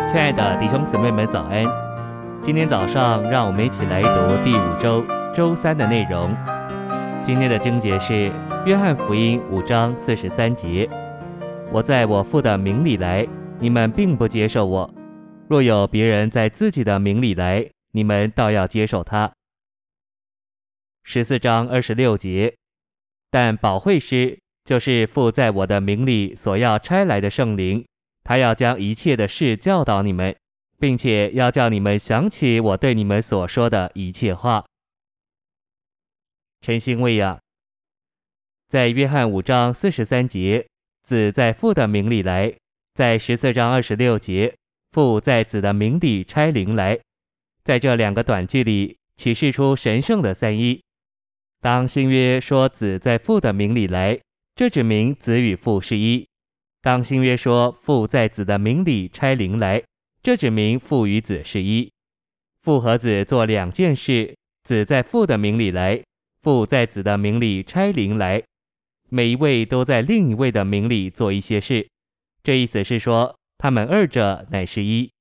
亲爱的弟兄姊妹们早安，今天早上让我们一起来读第5周周3的内容。今天的经节是约翰福音5章43节，我在我父的名里来，你们并不接受我，若有别人在自己的名里来，你们倒要接受他。14章26节，但保惠师就是父在我的名里所要差来的圣灵，他要将一切的事教导你们，并且要叫你们想起我对你们所说的一切话。晨星喂养，在约翰5章43节，子在父的名里来；在14章26节，父在子的名里差灵来。在这2个短句里启示出神圣的三一。当新约说子在父的名里来，这指明子与父是一；当新约说父在子的名里差灵来，这指明父与子是一。父和子做2件事，子在父的名里来，父在子的名里差灵来，每一位都在另一位的名里做一些事，这意思是说他们二者乃是一。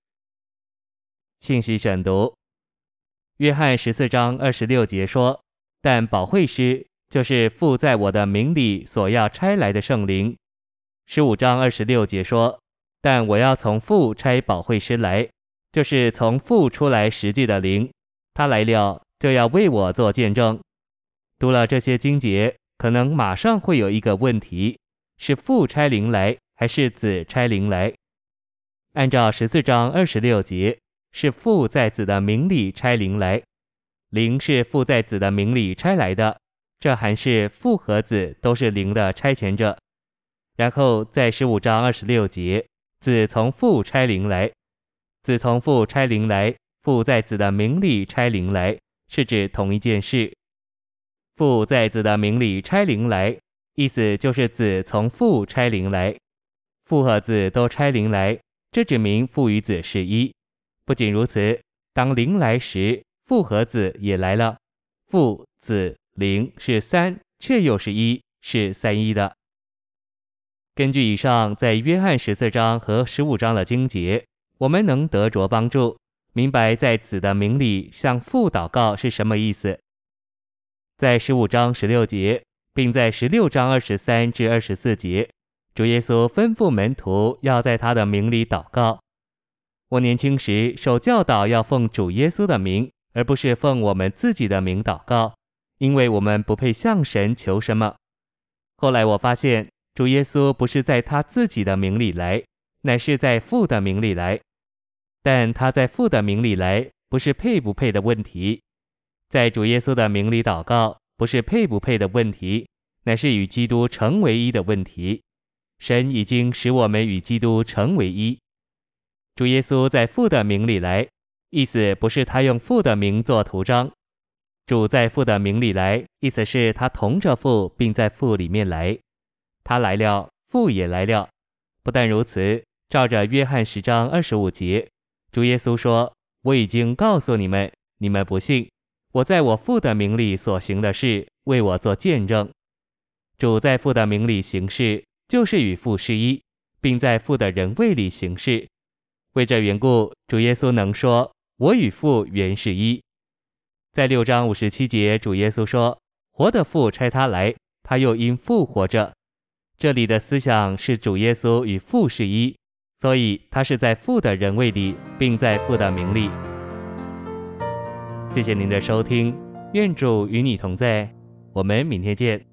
信息选读，约翰14章26节说，但保惠师就是父在我的名里所要差来的圣灵。15章26节说，但我要从父差保惠师来，就是从父出来实际的灵，他来了就要为我做见证。读了这些经节，可能马上会有一个问题，是父差灵来还是子差灵来？按照14章26节，是父在子的名里差灵来，灵是父在子的名里差来的，这还是父和子都是灵的差遣者。然后在15章26节，子从父差灵来，子从父差灵来，父在子的名里差灵来，是指同一件事。父在子的名里差灵来，意思就是子从父差灵来，父和子都差灵来，这指明父与子是一。不仅如此，当灵来时，父和子也来了，父、子、灵是3，却又是一，是三一的。根据以上在约翰14章和15章的经节，我们能得着帮助，明白在子的名里向父祷告是什么意思。在15章16节，并在16章23至24节，主耶稣吩咐门徒要在他的名里祷告。我年轻时受教导要奉主耶稣的名，而不是奉我们自己的名祷告，因为我们不配向神求什么。后来我发现主耶稣不是在他自己的名里来，乃是在父的名里来。但他在父的名里来，不是配不配的问题。在主耶稣的名里祷告，不是配不配的问题，乃是与基督成为一的问题。神已经使我们与基督成为一。主耶稣在父的名里来，意思不是他用父的名做图章。主在父的名里来，意思是他同着父，并在父里面来。他来了，父也来了。不但如此，照着约翰10章25节，主耶稣说，我已经告诉你们，你们不信，我在我父的名里所行的事，为我做见证。主在父的名里行事，就是与父是一，并在父的人位里行事。为这缘故，主耶稣能说，我与父原是一。在6章57节，主耶稣说，活的父差他来，他又因父活着。这里的思想是主耶稣与父是一，所以他是在父的人位里，并在父的名里。谢谢您的收听，愿主与你同在，我们明天见。